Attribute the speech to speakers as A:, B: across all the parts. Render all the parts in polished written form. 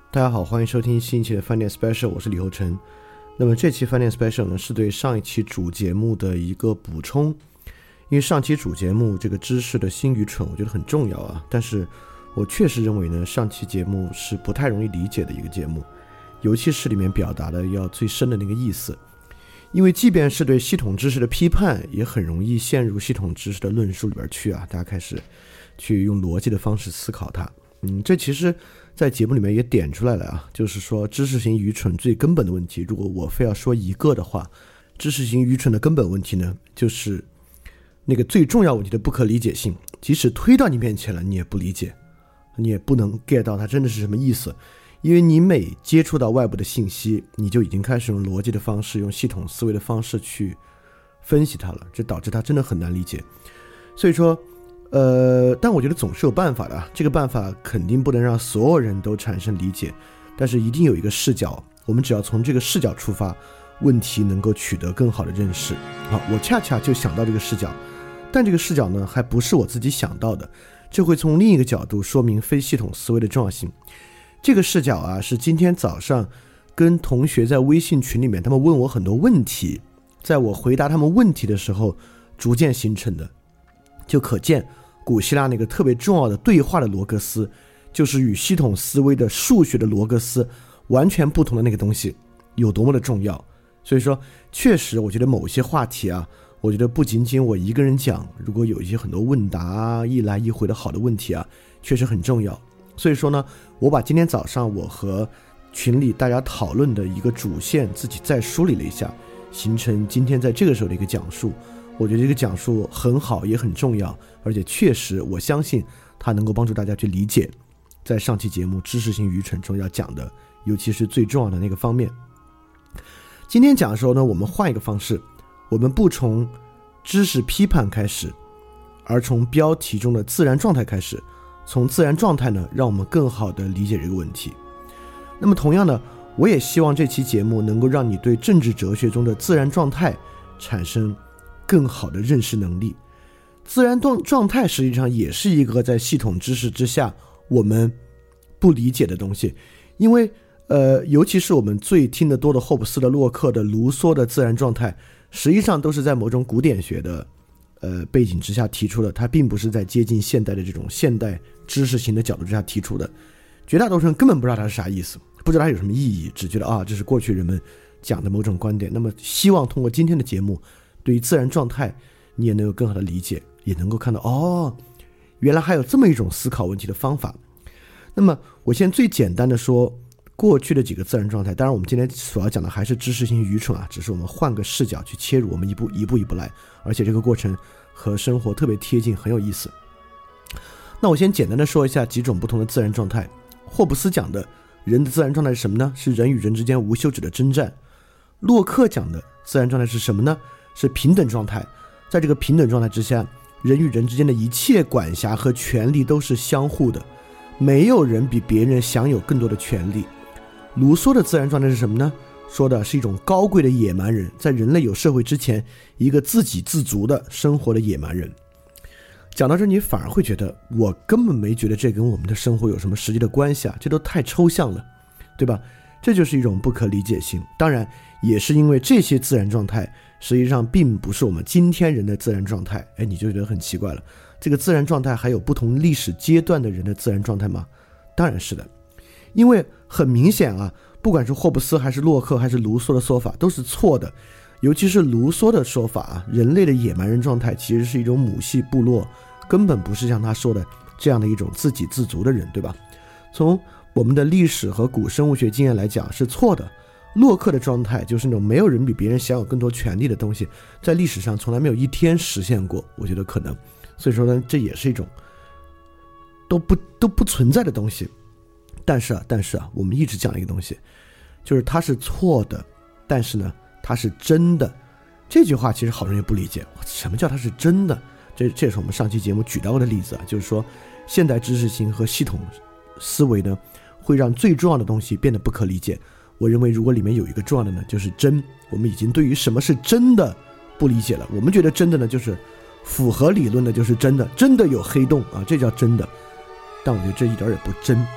A: 大家好，欢迎收听新一期的饭店 Special， 我是李厚成。那么这期饭店 Special 呢，是对上一期主节目的一个补充，因为上期主节目这个知识的新愚蠢，我觉得很重要啊。但是我确实认为呢，上期节目是不太容易理解的一个节目，尤其是里面表达的要最深的那个意思。因为即便是对系统知识的批判，也很容易陷入系统知识的论述里边去啊，大家开始去用逻辑的方式思考它。这其实在节目里面也点出来了啊，就是说知识型愚蠢最根本的问题，如果我非要说一个的话，知识型愚蠢的根本问题呢，就是那个最重要问题的不可理解性，即使推到你面前了，你也不理解，你也不能 get 到它真的是什么意思，因为你每接触到外部的信息，你就已经开始用逻辑的方式，用系统思维的方式去分析它了，这导致它真的很难理解。所以说但我觉得总是有办法的，这个办法肯定不能让所有人都产生理解，但是一定有一个视角，我们只要从这个视角出发，问题能够取得更好的认识。好，我恰恰就想到这个视角，但这个视角呢，还不是我自己想到的，这会从另一个角度说明非系统思维的重要性。这个视角啊，是今天早上跟同学在微信群里面，他们问我很多问题，在我回答他们问题的时候逐渐形成的，就可见古希腊那个特别重要的对话的罗格斯，就是与系统思维的数学的罗格斯完全不同的那个东西有多么的重要。所以说确实我觉得某些话题啊，我觉得不仅仅我一个人讲，如果有一些很多问答一来一回的好的问题啊，确实很重要。所以说呢，我把今天早上我和群里大家讨论的一个主线自己再梳理了一下，形成今天在这个时候的一个讲述。我觉得这个讲述很好，也很重要，而且确实我相信它能够帮助大家去理解在上期节目知识型愚蠢中要讲的，尤其是最重要的那个方面。今天讲的时候呢，我们换一个方式，我们不从知识批判开始，而从标题中的自然状态开始，从自然状态呢，让我们更好地理解这个问题。那么同样呢，我也希望这期节目能够让你对政治哲学中的自然状态产生更好的认识能力。自然状态实际上也是一个在系统知识之下我们不理解的东西，因为尤其是我们最听得多的霍布斯的、洛克的、卢梭的自然状态，实际上都是在某种古典学的背景之下提出的，它并不是在接近现代的这种现代知识型的角度之下提出的。绝大多数人根本不知道它是啥意思，不知道它有什么意义，只觉得啊，这是过去人们讲的某种观点。那么希望通过今天的节目，对于自然状态你也能有更好的理解，也能够看到哦，原来还有这么一种思考问题的方法。那么我先最简单的说过去的几个自然状态，当然我们今天所要讲的还是知识型愚蠢啊，只是我们换个视角去切入，我们一步来，而且这个过程和生活特别贴近，很有意思。那我先简单的说一下几种不同的自然状态。霍布斯讲的人的自然状态是什么呢？是人与人之间无休止的征战。洛克讲的自然状态是什么呢？是平等状态。在这个平等状态之下，人与人之间的一切管辖和权利都是相互的，没有人比别人享有更多的权利。卢梭的自然状态是什么呢？说的是一种高贵的野蛮人，在人类有社会之前，一个自给自足的生活的野蛮人。讲到这，你反而会觉得我根本没觉得这跟我们的生活有什么实际的关系啊，这都太抽象了，对吧？这就是一种不可理解性。当然也是因为这些自然状态实际上并不是我们今天人的自然状态。你就觉得很奇怪了，这个自然状态还有不同历史阶段的人的自然状态吗？当然是的。因为很明显啊，不管是霍布斯还是洛克还是卢梭的说法都是错的，尤其是卢梭的说法啊，人类的野蛮人状态其实是一种母系部落，根本不是像他说的这样的一种自给自足的人，对吧？从我们的历史和古生物学经验来讲是错的。洛克的状态就是那种没有人比别人享有更多权利的东西，在历史上从来没有一天实现过，我觉得可能。所以说呢，这也是一种都不存在的东西。但是啊，我们一直讲一个东西，就是它是错的，但是呢，它是真的。这句话其实好容易不理解，什么叫它是真的？这也是我们上期节目举到过的例子啊，就是说现代知识型和系统思维呢，会让最重要的东西变得不可理解。我认为如果里面有一个重要的呢，就是真。我们已经对于什么是真的不理解了，我们觉得真的呢，就是符合理论的就是真的，真的有黑洞啊，这叫真的。但我觉得这一点也不真。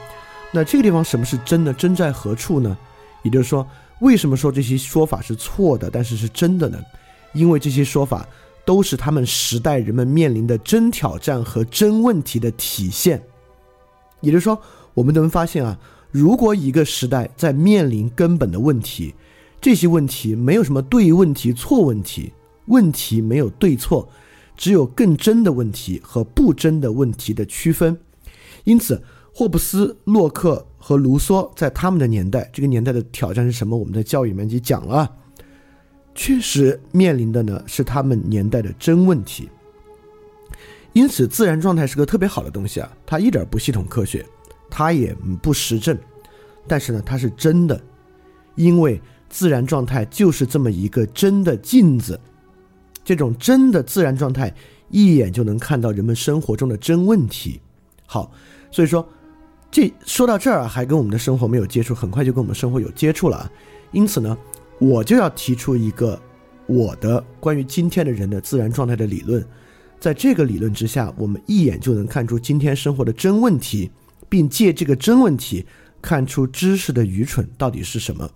A: 那这个地方什么是真的？真在何处呢？也就是说，为什么说这些说法是错的，但是是真的呢？因为这些说法都是他们时代人们面临的真挑战和真问题的体现。也就是说，我们能发现啊，如果一个时代在面临根本的问题，这些问题没有什么对问题错问题，问题没有对错，只有更真的问题和不真的问题的区分。因此霍布斯、洛克和卢梭在他们的年代，这个年代的挑战是什么？我们在教育里面已经讲了，确实面临的呢是他们年代的真问题。因此自然状态是个特别好的东西啊，它一点不系统科学，它也不实证，但是呢它是真的，因为自然状态就是这么一个真的镜子，这种真的自然状态一眼就能看到人们生活中的真问题。好，所以说说到这儿啊，还跟我们的生活没有接触，很快就跟我们生活有接触了啊。因此呢，我就要提出一个我的关于今天的人的自然状态的理论。在这个理论之下，我们一眼就能看出今天生活的真问题，并借这个真问题看出知识的愚蠢到底是什么。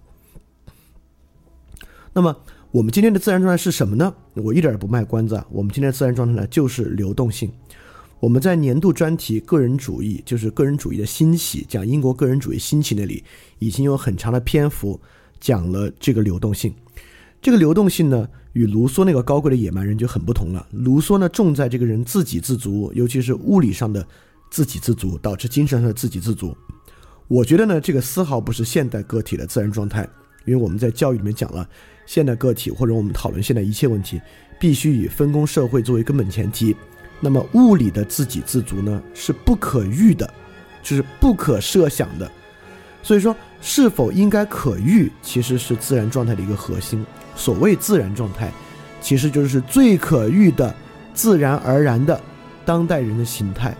A: 那么我们今天的自然状态是什么呢？我一点也不卖关子啊，我们今天的自然状态呢就是流动性。我们在年度专题个人主义，就是个人主义的兴起，讲英国个人主义兴起那里已经有很长的篇幅讲了这个流动性。这个流动性呢与卢梭那个高贵的野蛮人就很不同了。卢梭呢重在这个人自给自足，尤其是物理上的自给自足导致精神上的自给自足。我觉得呢这个丝毫不是现代个体的自然状态，因为我们在教育里面讲了，现代个体或者我们讨论现代一切问题必须以分工社会作为根本前提。那么物理的自给自足呢是不可预的，就是不可设想的。所以说是否应该可预其实是自然状态的一个核心。所谓自然状态其实就是最可预的自然而然的当代人的形态。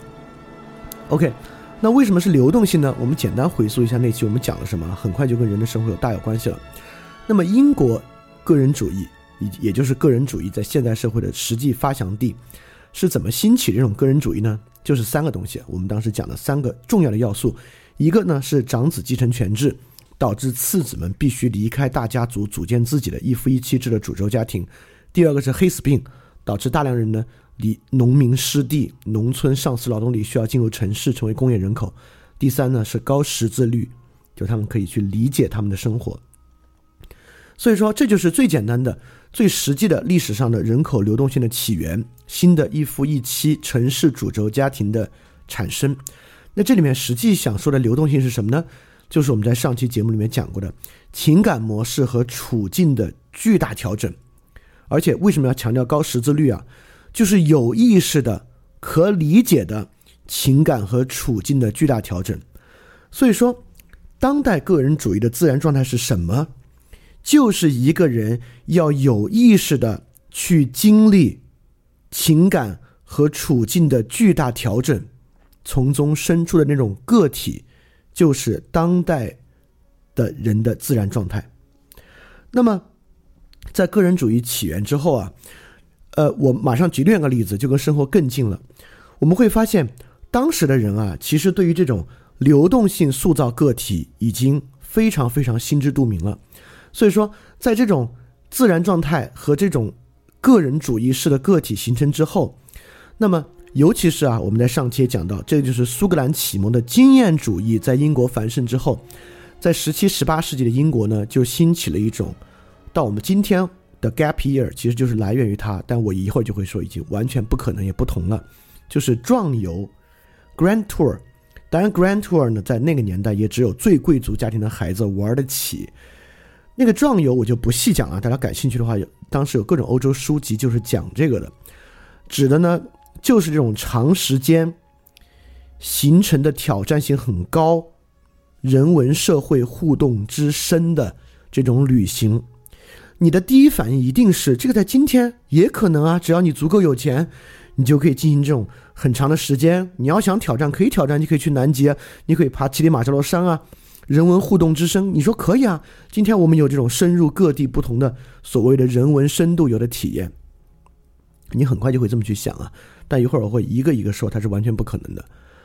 A: OK， 那为什么是流动性呢？我们简单回溯一下那期我们讲了什么，很快就跟人的生活大有关系了。那么英国个人主义，也就是个人主义在现代社会的实际发祥地，是怎么兴起这种个人主义呢？就是三个东西，我们当时讲的三个重要的要素。一个呢是长子继承权制，导致次子们必须离开大家族，组建自己的一夫一妻制的主轴家庭。第二个是黑死病，导致大量人呢离农民失地，农村丧失劳动力，需要进入城市成为工业人口。第三呢是高识字率，就他们可以去理解他们的生活。所以说这就是最简单的最实际的历史上的人口流动性的起源，新的一夫一妻城市主轴家庭的产生。那这里面实际想说的流动性是什么呢？就是我们在上期节目里面讲过的情感模式和处境的巨大调整。而且为什么要强调高识字率啊？就是有意识的可理解的情感和处境的巨大调整。所以说当代个人主义的自然状态是什么？就是一个人要有意识的去经历情感和处境的巨大调整，从中生出的那种个体，就是当代的人的自然状态。那么在个人主义起源之后啊，我马上举另一个例子，就跟生活更近了。我们会发现当时的人啊，其实对于这种流动性塑造个体已经非常非常心知肚明了。所以说在这种自然状态和这种个人主义式的个体形成之后，那么尤其是啊，我们在上期也讲到，这就是苏格兰启蒙的经验主义在英国繁盛之后，在17、18世纪的英国呢，就兴起了一种到我们今天的 gap year 其实就是来源于它，但我一会儿就会说已经完全不可能也不同了，就是壮游 Grand Tour。 当然 Grand Tour 呢在那个年代也只有最贵族家庭的孩子玩得起。那个壮游我就不细讲了，大家感兴趣的话，当时有各种欧洲书籍就是讲这个的，指的呢就是这种长时间形成的挑战性很高、人文社会互动之深的这种旅行。你的第一反应一定是这个在今天也可能啊，只要你足够有钱，你就可以进行这种很长的时间。你要想挑战可以挑战，你可以去南极啊，你可以爬乞力马扎罗山啊，人文互动之深，你说可以啊。今天我们有这种深入各地不同的所谓的人文深度游的体验，你很快就会这么去想啊。但一会儿我会一个一个说，它是完全不可能的。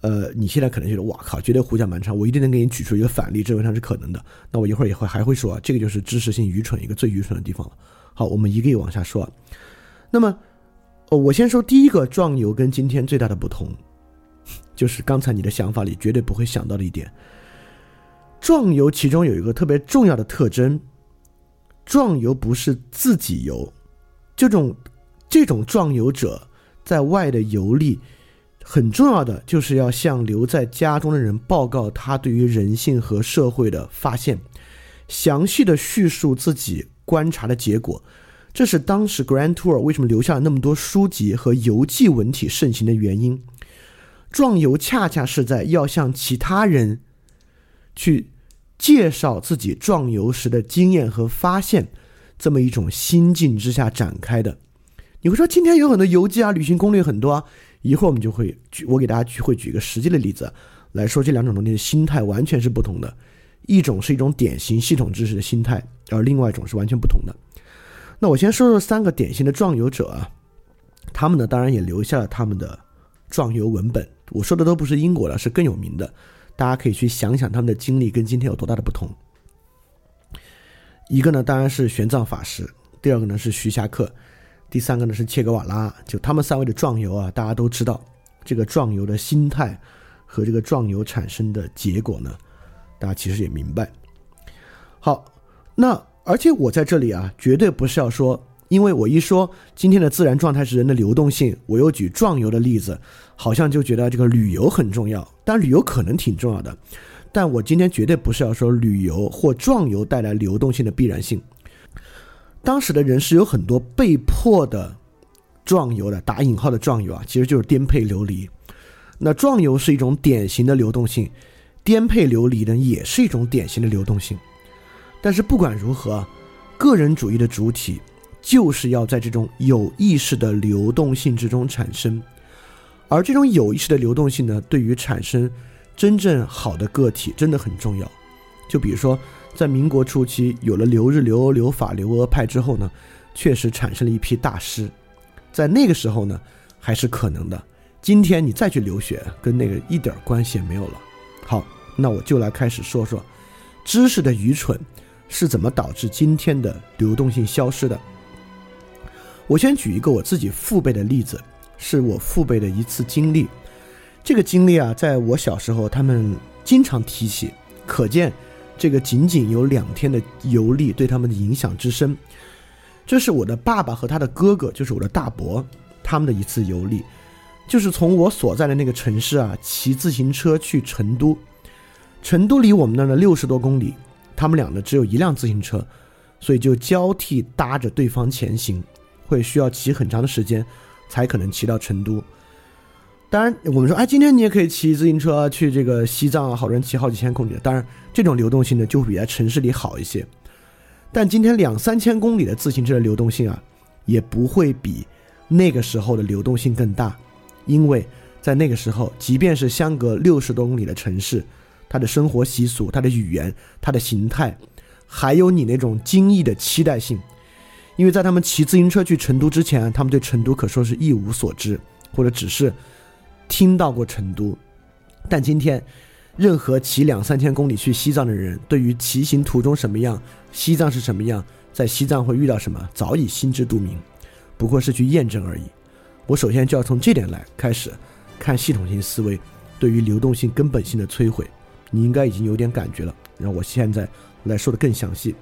A: 你现在可能觉得哇靠，绝对胡搅蛮缠，我一定能给你举出一个反例，这为啥是可能的。那我一会儿还会说这个就是知识性愚蠢一个最愚蠢的地方了。好，我们一个一个往下说那么我先说第一个壮游跟今天最大的不同，就是刚才你的想法里绝对不会想到的一点。壮游其中有一个特别重要的特征，壮游不是自己游，这种壮游者在外的游历，很重要的就是要向留在家中的人报告他对于人性和社会的发现，详细的叙述自己观察的结果。这是当时 Grand Tour 为什么留下了那么多书籍和游记文体盛行的原因。壮游恰恰是在要向其他人去介绍自己壮游时的经验和发现，这么一种心境之下展开的。你会说今天有很多游记啊，旅行攻略很多啊，一会儿我给大家会举一个实际的例子来说，这两种东西的心态完全是不同的，一种是一种典型系统知识的心态，而另外一种是完全不同的。那我先说说三个典型的壮游者啊，他们呢当然也留下了他们的壮游文本，我说的都不是英国的，是更有名的，大家可以去想想他们的经历跟今天有多大的不同。一个呢当然是玄奘法师，第二个呢是徐霞客，第三个呢是切格瓦拉。就他们三位的壮游啊，大家都知道这个壮游的心态和这个壮游产生的结果呢，大家其实也明白。好，那而且我在这里啊，绝对不是要说，因为我一说今天的自然状态是人的流动性，我又举壮游的例子，好像就觉得这个旅游很重要，但旅游可能挺重要的，但我今天绝对不是要说旅游或壮游带来流动性的必然性。当时的人是有很多被迫的壮游的，打引号的壮游啊，其实就是颠沛流离。那壮游是一种典型的流动性，颠沛流离呢也是一种典型的流动性。但是不管如何，个人主义的主体就是要在这种有意识的流动性之中产生，而这种有意识的流动性呢，对于产生真正好的个体真的很重要。就比如说在民国初期有了留日、留欧、留法、留俄派之后呢，确实产生了一批大师，在那个时候呢还是可能的，今天你再去留学跟那个一点关系也没有了。好，那我就来开始说说知识的愚蠢是怎么导致今天的流动性消失的。我先举一个我自己父辈的例子，是我父辈的一次经历。这个经历啊，在我小时候他们经常提起，可见这个仅仅有2天的游历对他们的影响之深。这是我的爸爸和他的哥哥，就是我的大伯，他们的一次游历，就是从我所在的那个城市啊，骑自行车去成都。成都离我们那儿呢60多公里，他们俩呢只有一辆自行车，所以就交替搭着对方前行，会需要骑很长的时间才可能骑到成都。当然我们说今天你也可以骑自行车去这个西藏啊，好多人骑好几千公里的，当然这种流动性呢就比在城市里好一些。但今天2-3千公里的自行车的流动性啊，也不会比那个时候的流动性更大，因为在那个时候即便是相隔60多公里的城市，它的生活习俗、它的语言、它的形态，还有你那种惊异的期待性。因为在他们骑自行车去成都之前，他们对成都可说是一无所知，或者只是听到过成都。但今天任何骑2-3千公里去西藏的人，对于骑行途中什么样，西藏是什么样，在西藏会遇到什么，早已心知肚明，不过是去验证而已。我首先就要从这点来开始看系统性思维对于流动性根本性的摧毁，你应该已经有点感觉了，让我现在来说的更详细。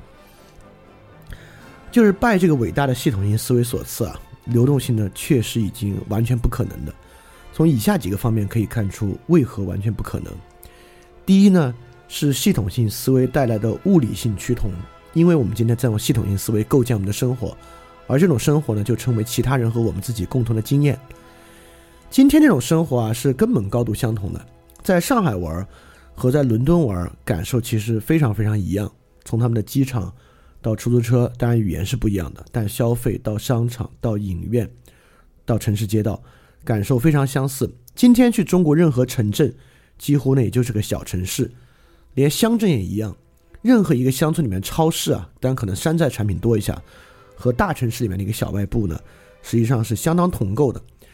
A: 就是拜这个伟大的系统性思维所赐啊，流动性呢确实已经完全不可能的。从以下几个方面可以看出为何完全不可能。第一呢，是系统性思维带来的物理性趋同，因为我们今天在用系统性思维构建我们的生活，而这种生活呢就成为其他人和我们自己共同的经验。今天这种生活啊是根本高度相同的，在上海玩和在伦敦玩感受其实非常非常一样，从他们的机场到出租车，当然语言是不一样的，但消费到商场到影院到城市街道感受非常相似。今天去中国任何城镇几乎呢也就是个小城市，连乡镇也一样，任何一个乡村里面超市啊，当然可能山寨产品多一下，和大城市里面的一个小卖部呢实际上是相当同构的。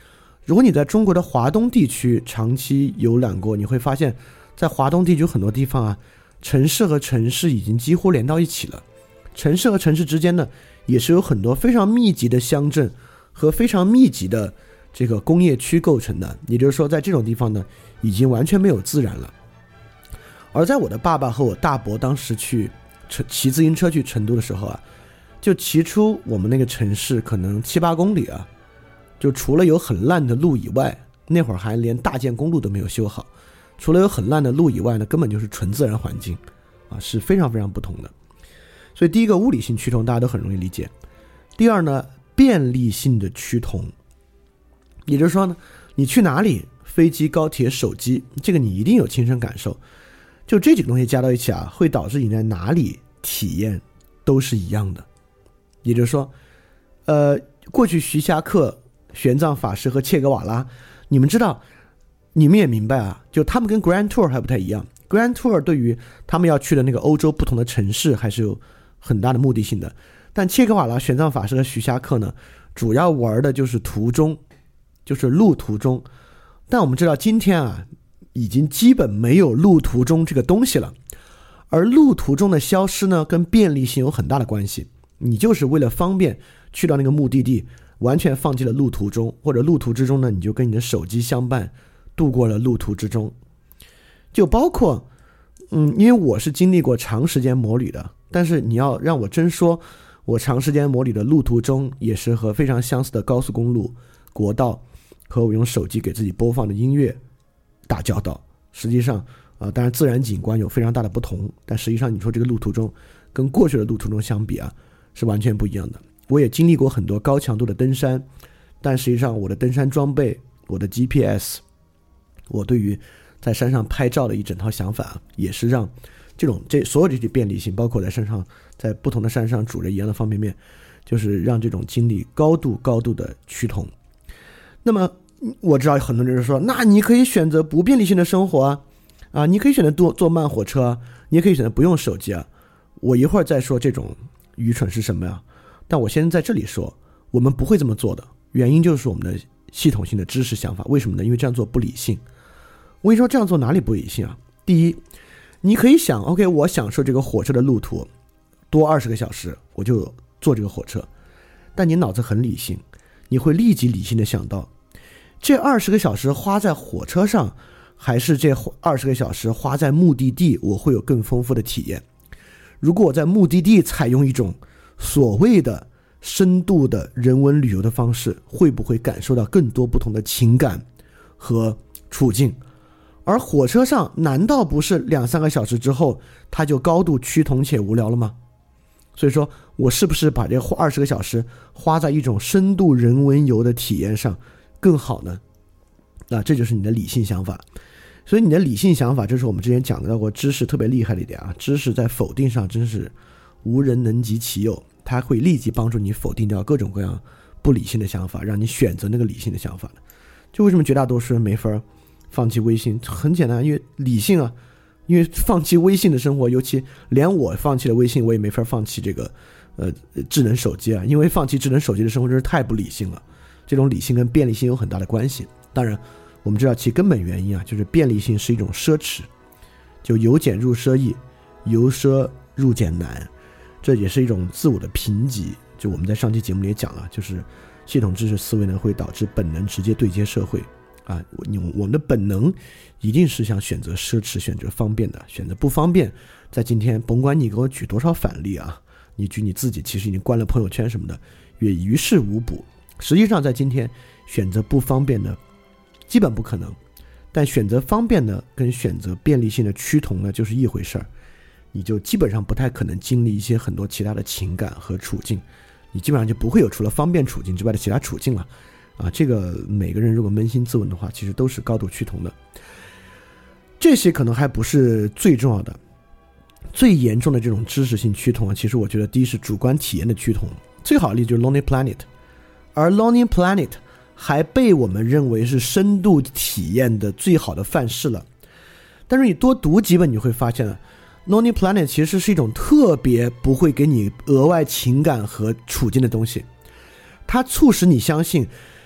A: 如果你在中国的华东地区长期游览过，你会发现在华东地区很多地方啊，城市和城市已经几乎连到一起了，城市和城市之间呢也是有很多非常密集的乡镇和非常密集的这个工业区构成的，也就是说在这种地方呢已经完全没有自然了。而在我的爸爸和我大伯当时去骑自行车去成都的时候啊，就骑出我们那个城市可能7-8公里啊，就除了有很烂的路以外，那会儿还连大建公路都没有修好，除了有很烂的路以外呢，根本就是纯自然环境啊，是非常非常不同的。所以第一个物理性趋同大家都很容易理解。第二呢，便利性的趋同，也就是说呢，你去哪里，飞机、高铁、手机，这个你一定有亲身感受。就这几个东西加到一起啊，会导致你在哪里体验都是一样的。也就是说，过去徐霞客、玄奘法师和切格瓦拉，你们知道，你们也明白啊，就他们跟 Grand Tour 还不太一样。Grand Tour 对于他们要去的那个欧洲不同的城市还是有很大的目的性的，但切格瓦拉、玄奘法师和徐霞客呢，主要玩的就是途中，就是路途中。但我们知道今天啊，已经基本没有路途中这个东西了，而路途中的消失呢，跟便利性有很大的关系。你就是为了方便去到那个目的地，完全放弃了路途中，或者路途之中呢，你就跟你的手机相伴，度过了路途之中。就包括因为我是经历过长时间摩旅的，但是你要让我真说我长时间摩旅的路途中也是和非常相似的高速公路、国道和我用手机给自己播放的音乐打交道。实际上当然自然景观有非常大的不同，但实际上你说这个路途中跟过去的路途中相比啊，是完全不一样的。我也经历过很多高强度的登山，但实际上我的登山装备、我的 GPS， 我对于在山上拍照的一整套想法也是让所有这些便利性，包括在山上，在不同的山上煮着一样的方便面，就是让这种经历高度的趋同。那么我知道很多人说，那你可以选择不便利性的生活啊，你可以选择坐慢火车啊，你也可以选择不用手机啊。我一会儿再说这种愚蠢是什么呀？但我先在这里说，我们不会这么做的，原因就是我们的系统性的知识想法。为什么呢？因为这样做不理性。我跟你说这样做哪里不理性啊？第一，你可以想 OK， 我享受这个火车的路途多20个小时，我就坐这个火车。但你脑子很理性，你会立即理性的想到，这20个小时花在火车上，还是这20个小时花在目的地，我会有更丰富的体验。如果我在目的地采用一种所谓的深度的人文旅游的方式，会不会感受到更多不同的情感和处境？而火车上难道不是2-3个小时之后它就高度趋同且无聊了吗？所以说我是不是把这20个小时花在一种深度人文游的体验上更好呢？这就是你的理性想法。所以你的理性想法，这是我们之前讲到过知识特别厉害的一点啊，知识在否定上真是无人能及其有，它会立即帮助你否定掉各种各样不理性的想法，让你选择那个理性的想法的。就为什么绝大多数人没法放弃微信？很简单，因为理性啊，因为放弃微信的生活，尤其连我放弃了微信，我也没法放弃这个智能手机啊，因为放弃智能手机的生活真是太不理性了。这种理性跟便利性有很大的关系。当然我们知道其根本原因啊，就是便利性是一种奢侈，就由俭入奢易，由奢入俭难，这也是一种自我的贫瘠。就我们在上期节目里也讲了，就是系统知识思维呢会导致本能直接对接社会啊，我们的本能一定是想选择奢侈、选择方便的，选择不方便。在今天，甭管你给我举多少反例啊，你举你自己其实已经关了朋友圈什么的，也于事无补。实际上，在今天选择不方便的基本不可能，但选择方便的跟选择便利性的趋同呢，就是一回事儿。你就基本上不太可能经历一些很多其他的情感和处境，你基本上就不会有除了方便处境之外的其他处境了。这个每个人如果扪心自问的话，其实都是高度趋同的。这些可能还不是最重要的，最严重的这种知识性趋同其实我觉得第一是主观体验的趋同，最好的例子就是 Lonely Planet， 而 Lonely Planet 还被我们认为是深度体验的最好的范式了。但是你多读几本，你会发现Lonely Planet 其实是一种特别不会给你额外情感和处境的东西，它促使你相信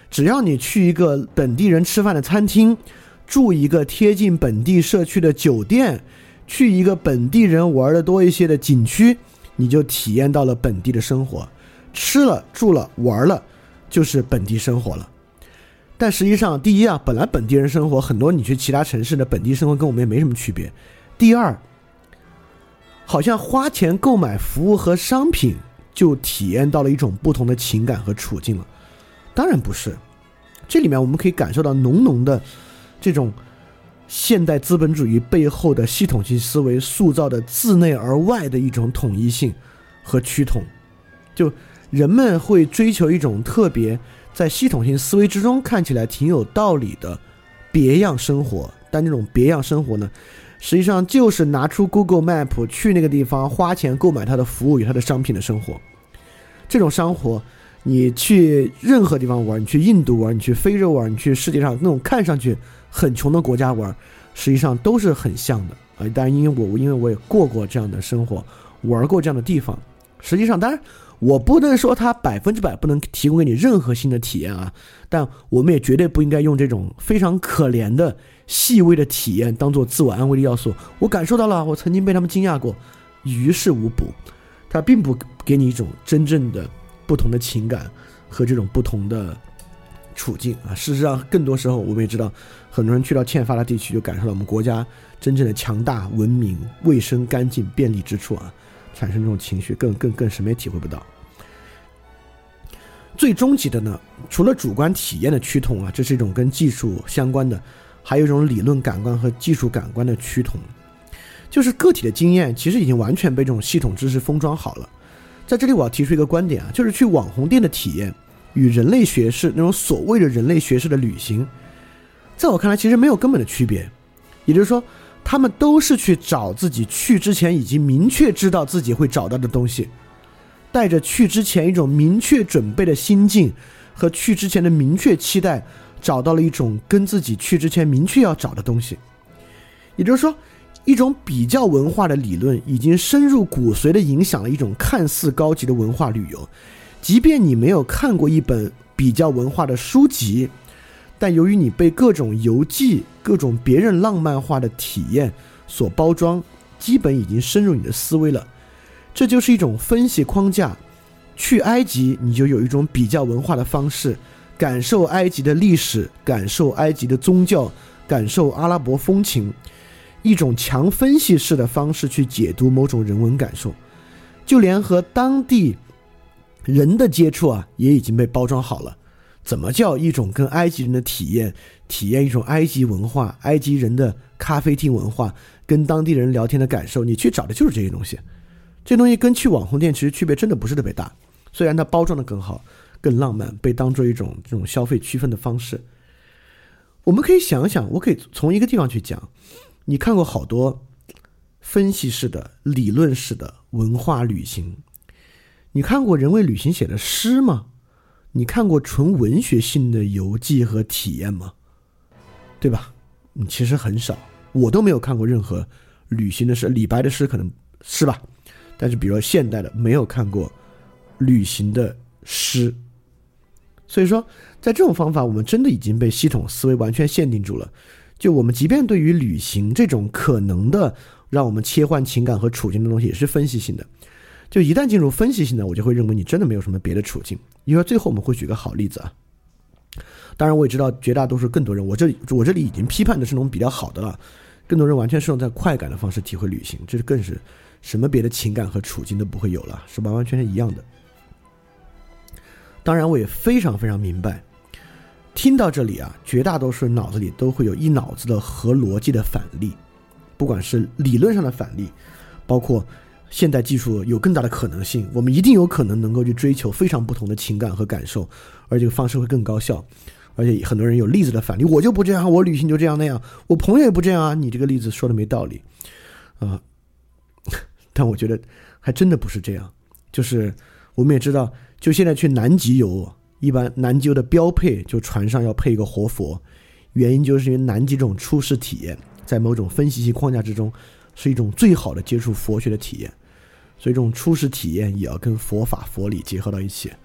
A: 只要你去一个本地人吃饭的餐厅，住一个贴近本地社区的酒店，去一个本地人玩的多一些的景区，你就体验到了本地的生活，吃了住了玩了，就是本地生活了。但实际上，第一啊，本来本地人生活很多，你去其他城市的本地生活跟我们也没什么区别。第二，好像花钱购买服务和商品就体验到了一种不同的情感和处境了。当然不是，这里面我们可以感受到浓浓的这种现代资本主义背后的系统性思维塑造的自内而外的一种统一性和趋同。就人们会追求一种特别在系统性思维之中看起来挺有道理的别样生活，但这种别样生活呢，实际上就是拿出 Google Map 去那个地方花钱购买它的服务与它的商品的生活。这种生活你去任何地方玩，你去印度玩，你去非洲玩，你去世界上那种看上去很穷的国家玩，实际上都是很像的当然因为我也过这样的生活，玩过这样的地方，实际上当然我不能说它100%不能提供给你任何新的体验啊，但我们也绝对不应该用这种非常可怜的细微的体验当做自我安慰的要素。我感受到了，我曾经被他们惊讶过，于事无补，它并不给你一种真正的不同的情感和这种不同的处境啊。事实上更多时候我们也知道，很多人去到欠发达地区就感受到我们国家真正的强大、文明、卫生、干净、便利之处啊，产生这种情绪更什么也体会不到。最终极的呢，除了主观体验的趋同啊，这是一种跟技术相关的，还有一种理论感官和技术感官的趋同，就是个体的经验其实已经完全被这种系统知识封装好了。在这里我要提出一个观点啊，就是去网红店的体验与人类学式那种所谓的人类学式的旅行，在我看来其实没有根本的区别。也就是说，他们都是去找自己去之前已经明确知道自己会找到的东西，带着去之前一种明确准备的心境和去之前的明确期待，找到了一种跟自己去之前明确要找的东西。也就是说，一种比较文化的理论已经深入骨髓地影响了一种看似高级的文化旅游。即便你没有看过一本比较文化的书籍，但由于你被各种游记、各种别人浪漫化的体验所包装，基本已经深入你的思维了。这就是一种分析框架。去埃及你就有一种比较文化的方式，感受埃及的历史，感受埃及的宗教，感受阿拉伯风情，一种强分析式的方式去解读某种人文感受。就连和当地人的接触啊，也已经被包装好了。怎么叫一种跟埃及人的体验一种埃及文化，埃及人的咖啡厅文化，跟当地人聊天的感受，你去找的就是这些东西。这东西跟去网红店其实区别真的不是特别大，虽然它包装的更好更浪漫，被当作一种这种消费区分的方式。我们可以想想，我可以从一个地方去讲，你看过好多分析式的理论式的文化旅行，你看过人为旅行写的诗吗？你看过纯文学性的游记和体验吗？对吧？其实很少，我都没有看过任何旅行的诗，李白的诗可能是吧，但是比如说现代的没有看过旅行的诗。所以说在这种方法我们真的已经被系统思维完全限定住了。就我们即便对于旅行这种可能的让我们切换情感和处境的东西也是分析性的，就一旦进入分析性的，我就会认为你真的没有什么别的处境。因为最后我们会举个好例子啊，当然我也知道绝大多数更多人，我这里已经批判的是那种比较好的了，更多人完全是用在快感的方式体会旅行，这是更是什么别的情感和处境都不会有了，是完完全全一样的。当然我也非常非常明白，听到这里啊，绝大多数人脑子里都会有一脑子的合逻辑的反例，不管是理论上的反例，包括现代技术有更大的可能性，我们一定有可能能够去追求非常不同的情感和感受，而这个方式会更高效。而且很多人有例子的反例，我就不这样，我旅行就这样那样，我朋友也不这样啊，你这个例子说的没道理但我觉得还真的不是这样。就是我们也知道，就现在去南极游，一般南极游的标配就船上要配一个活佛，原因就是因为南极这种初始体验在某种分析性框架之中是一种最好的接触佛学的体验，所以这种初始体验也要跟佛法佛理结合到一起，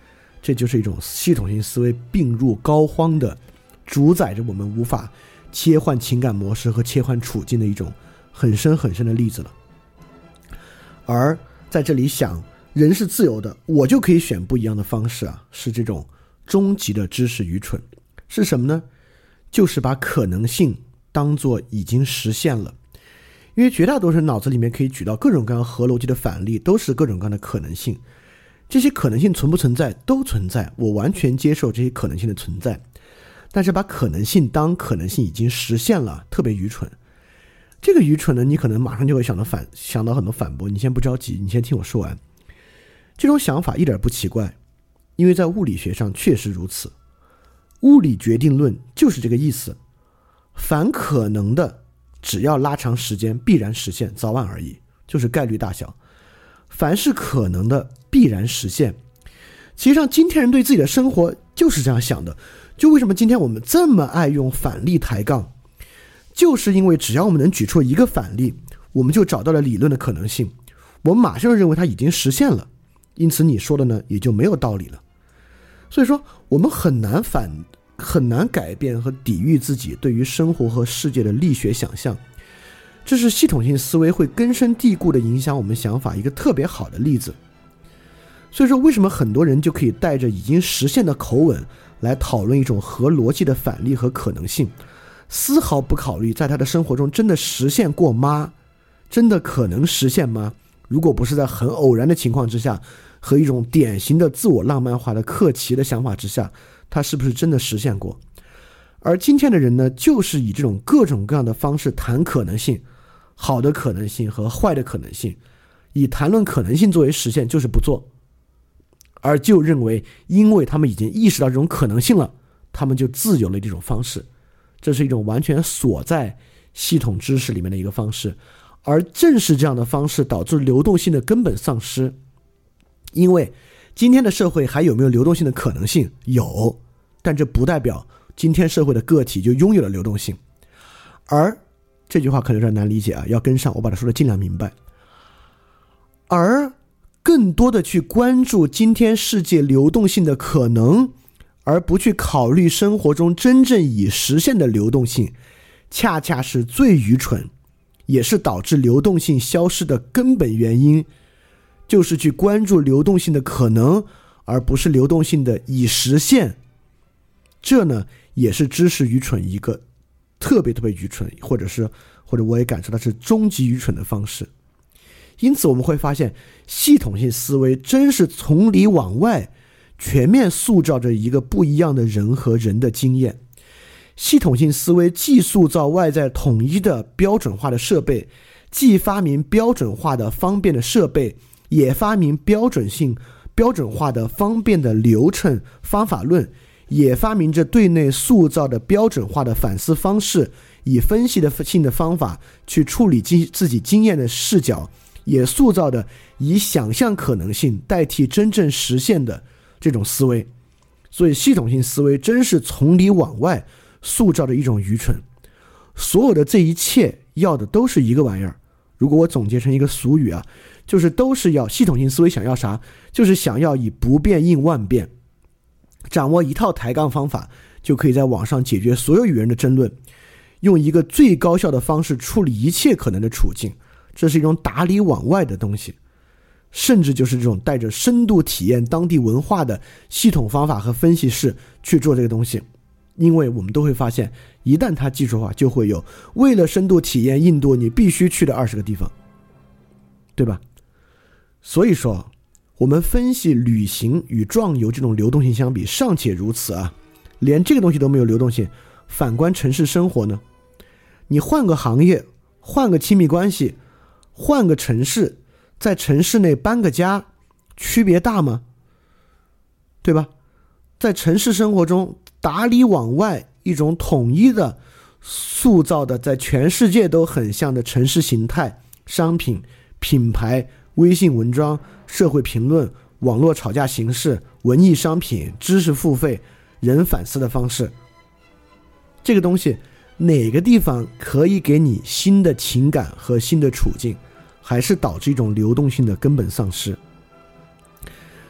A: 这就是一种系统性思维病入膏肓的，主宰着我们无法切换情感模式和切换处境的一种很深很深的例子了。而在这里想人是自由的，我就可以选不一样的方式啊，是这种终极的知识愚蠢。是什么呢？就是把可能性当作已经实现了。因为绝大多数人脑子里面可以举到各种各样合逻辑的反例，都是各种各样的可能性。这些可能性存不存在？都存在，我完全接受这些可能性的存在。但是把可能性当可能性已经实现了，特别愚蠢。这个愚蠢呢，你可能马上就会想到很多反驳，你先不着急，你先听我说完。这种想法一点不奇怪，因为在物理学上确实如此。物理决定论就是这个意思，凡可能的只要拉长时间必然实现，早晚而已，就是概率大小。凡是可能的必然实现。其实上今天人对自己的生活就是这样想的，就为什么今天我们这么爱用反例抬杠，就是因为只要我们能举出一个反例，我们就找到了理论的可能性，我们马上认为它已经实现了，因此你说的呢也就没有道理了。所以说我们很难改变和抵御自己对于生活和世界的力学想象，这是系统性思维会根深蒂固的影响我们想法一个特别好的例子。所以说为什么很多人就可以带着已经实现的口吻来讨论一种合逻辑的反例和可能性，丝毫不考虑在他的生活中真的实现过吗？真的可能实现吗？如果不是在很偶然的情况之下，和一种典型的自我浪漫化的客气的想法之下，他是不是真的实现过？而今天的人呢，就是以这种各种各样的方式谈可能性，好的可能性和坏的可能性，以谈论可能性作为实现，就是不做，而就认为因为他们已经意识到这种可能性了，他们就自由了这种方式。这是一种完全锁在系统知识里面的一个方式，而正是这样的方式导致流动性的根本丧失。因为今天的社会还有没有流动性的可能性？有，但这不代表今天社会的个体就拥有了流动性。而这句话可能有点难理解啊，要跟上，我把它说的尽量明白。而更多的去关注今天世界流动性的可能，而不去考虑生活中真正已实现的流动性，恰恰是最愚蠢，也是导致流动性消失的根本原因。就是去关注流动性的可能，而不是流动性的已实现。这呢，也是知识愚蠢一个特别愚蠢，或者我也感受到是终极愚蠢的方式。因此我们会发现，系统性思维真是从里往外全面塑造着一个不一样的人和人的经验。系统性思维既塑造外在统一的标准化的设备，既发明标准化的方便的设备，也发明标准化的方便的流程方法论，也发明着对内塑造的标准化的反思方式，以分析性的方法去处理自己经验的视角，也塑造的以想象可能性代替真正实现的这种思维。所以系统性思维真是从里往外塑造的一种愚蠢。所有的这一切要的都是一个玩意儿，如果我总结成一个俗语啊，就是都是要系统性思维想要啥？就是想要以不变应万变，掌握一套抬杠方法，就可以在网上解决所有与人的争论，用一个最高效的方式处理一切可能的处境。这是一种打里往外的东西，甚至就是这种带着深度体验当地文化的系统方法和分析式去做这个东西。因为我们都会发现，一旦它技术化，就会有为了深度体验印度你必须去的20个地方，对吧？所以说我们分析旅行与壮游这种流动性相比尚且如此啊，连这个东西都没有流动性，反观城市生活呢？你换个行业，换个亲密关系，换个城市，在城市内搬个家，区别大吗？对吧？在城市生活中打里往外一种统一的塑造的在全世界都很像的城市形态、商品、品牌、微信文章、社会评论、网络吵架形式、文艺商品、知识付费、人反思的方式，这个东西哪个地方可以给你新的情感和新的处境，还是导致一种流动性的根本丧失。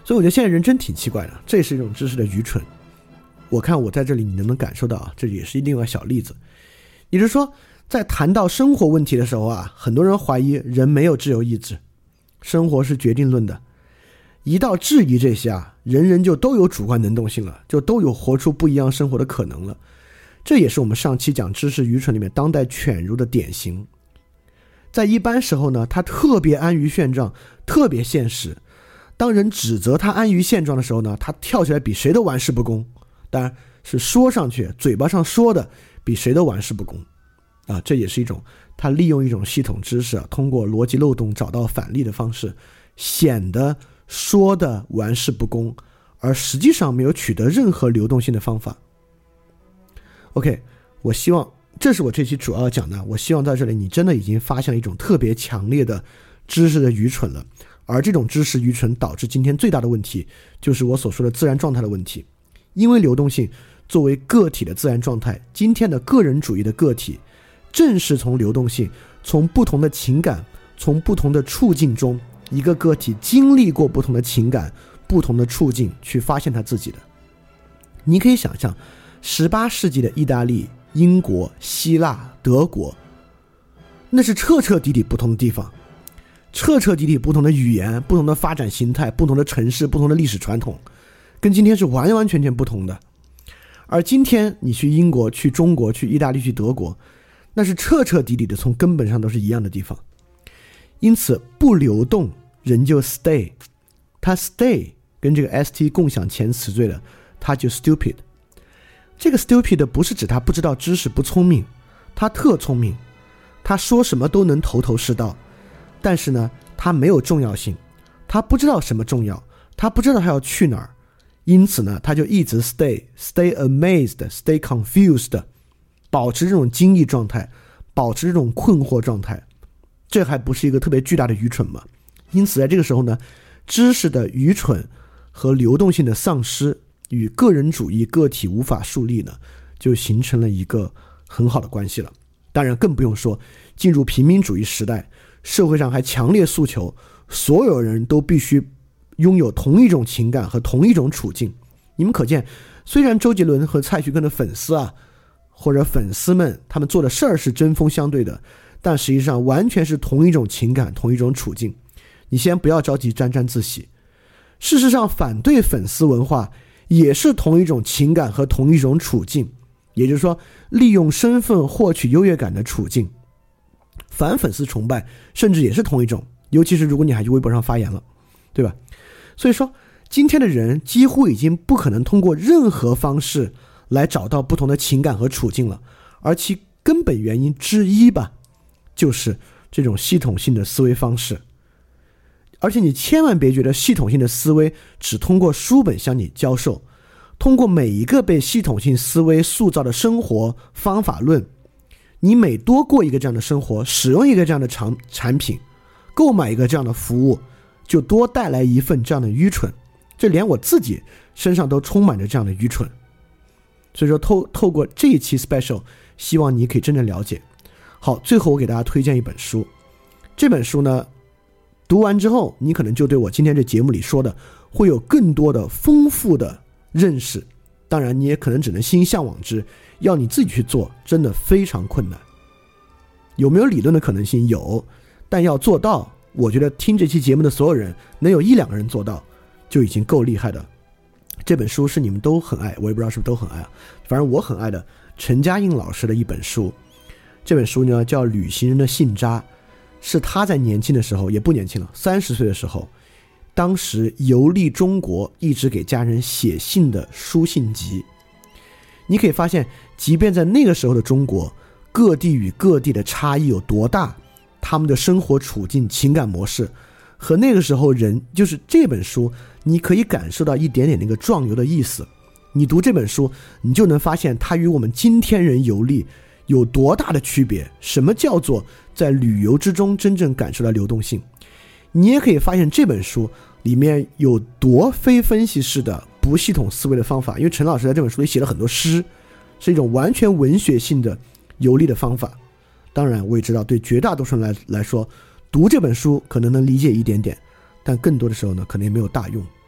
A: 所以我觉得现在人真挺奇怪的，这是一种知识的愚蠢。我看我在这里你能不能感受到啊？这也是另外一个小例子。也就是说，在谈到生活问题的时候啊，很多人怀疑人没有自由意志，生活是决定论的。一到质疑这些啊，人人就都有主观能动性了，就都有活出不一样生活的可能了。这也是我们上期讲知识愚蠢里面当代犬儒的典型。在一般时候呢，他特别安于现状，特别现实。当人指责他安于现状的时候呢，他跳起来比谁都玩世不恭，当然是说上去嘴巴上说的比谁都玩世不恭啊，这也是一种他利用一种系统知识啊，通过逻辑漏洞找到反例的方式，显得说的玩世不恭，而实际上没有取得任何流动性的方法。OK， 我希望这是我这期主要讲的，我希望在这里你真的已经发现了一种特别强烈的知识的愚蠢了，而这种知识愚蠢导致今天最大的问题就是我所说的自然状态的问题。因为流动性作为个体的自然状态，今天的个人主义的个体正是从流动性，从不同的情感，从不同的处境中，一个个体经历过不同的情感，不同的处境去发现他自己的。你可以想象18世纪的意大利、英国、希腊、德国，那是彻彻底底不同的地方，彻彻底底不同的语言，不同的发展形态，不同的城市，不同的历史传统，跟今天是完完全全不同的。而今天你去英国、去中国、去意大利、去德国，那是彻彻底底的从根本上都是一样的地方。因此不流动人就 stay， 他 stay 跟这个 st 共享前词缀的，他就 stupid。 这个 stupid 不是指他不知道知识不聪明，他特聪明，他说什么都能头头是道，但是呢他没有重要性，他不知道什么重要，他不知道他要去哪儿，因此呢他就一直 stay amazed stay confused， 保持这种惊异状态，保持这种困惑状态，这还不是一个特别巨大的愚蠢吗？因此在这个时候呢，知识的愚蠢和流动性的丧失与个人主义个体无法树立呢，就形成了一个很好的关系了。当然更不用说进入平民主义时代，社会上还强烈诉求所有人都必须拥有同一种情感和同一种处境。你们可见，虽然周杰伦和蔡徐坤的粉丝啊，或者粉丝们他们做的事儿是针锋相对的，但实际上完全是同一种情感，同一种处境。你先不要着急沾沾自喜，事实上反对粉丝文化也是同一种情感和同一种处境，也就是说利用身份获取优越感的处境。反粉丝崇拜甚至也是同一种，尤其是如果你还去微博上发言了，对吧？所以说今天的人几乎已经不可能通过任何方式来找到不同的情感和处境了，而其根本原因之一吧，就是这种系统性的思维方式。而且你千万别觉得系统性的思维只通过书本向你教授，通过每一个被系统性思维塑造的生活方法论，你每多过一个这样的生活，使用一个这样的产品，购买一个这样的服务，就多带来一份这样的愚蠢。这连我自己身上都充满着这样的愚蠢。所以说透过这一期 special， 希望你可以真正了解。好，最后我给大家推荐一本书，这本书呢读完之后，你可能就对我今天这节目里说的会有更多的丰富的认识，当然你也可能只能心向往之，要你自己去做真的非常困难。有没有理论的可能性？有，但要做到，我觉得听这期节目的所有人能有1-2个人做到就已经够厉害的。这本书是你们都很爱，我也不知道是不是都很爱啊，反正我很爱的陈嘉映老师的一本书。这本书呢叫《旅行人的信札》，是他在年轻的时候，也不年轻了，30岁的时候，当时游历中国，一直给家人写信的书信集。你可以发现，即便在那个时候的中国，各地与各地的差异有多大，他们的生活处境、情感模式和那个时候人，就是这本书你可以感受到一点点那个壮游的意思。你读这本书，你就能发现它与我们今天人游历有多大的区别，什么叫做在旅游之中真正感受到流动性。你也可以发现这本书里面有多非分析式的不系统思维的方法，因为陈老师在这本书里写了很多诗，是一种完全文学性的游历的方法。当然我也知道对绝大多数人来说，读这本书可能能理解一点点，但更多的时候呢可能也没有大用。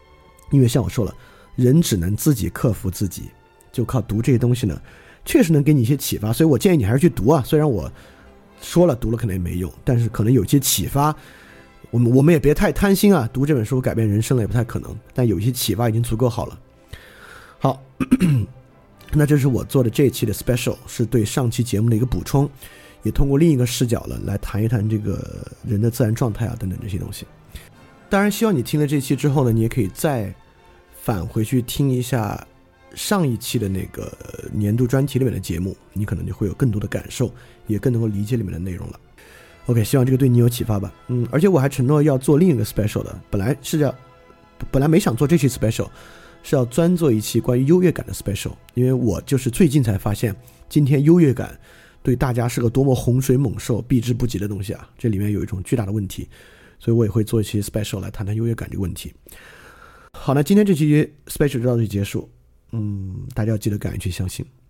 A: 因为像我说了，人只能自己克服自己，就靠读这些东西呢，确实能给你一些启发。所以我建议你还是去读啊，虽然我说了读了可能也没用，但是可能有些启发。我们也别太贪心啊，读这本书改变人生了也不太可能，但有一些启发已经足够好了。好，那这是我做的这一期的 special， 是对上期节目的一个补充，也通过另一个视角了来谈一谈这个人的自然状态啊等等这些东西。当然希望你听了这期之后呢，你也可以再返回去听一下上一期的那个年度专题里面的节目，你可能就会有更多的感受，也更能够理解里面的内容了。OK， 希望这个对你有启发吧。而且我还承诺要做另一个 special 的，本来没想做这期 special， 是要专做一期关于优越感的 special， 因为我就是最近才发现，今天优越感对大家是个多么洪水猛兽、避之不及的东西啊，这里面有一种巨大的问题，所以我也会做一期 special 来谈谈优越感这个问题。好，那今天这期 special 就到这里结束。大家要记得敢于去相信。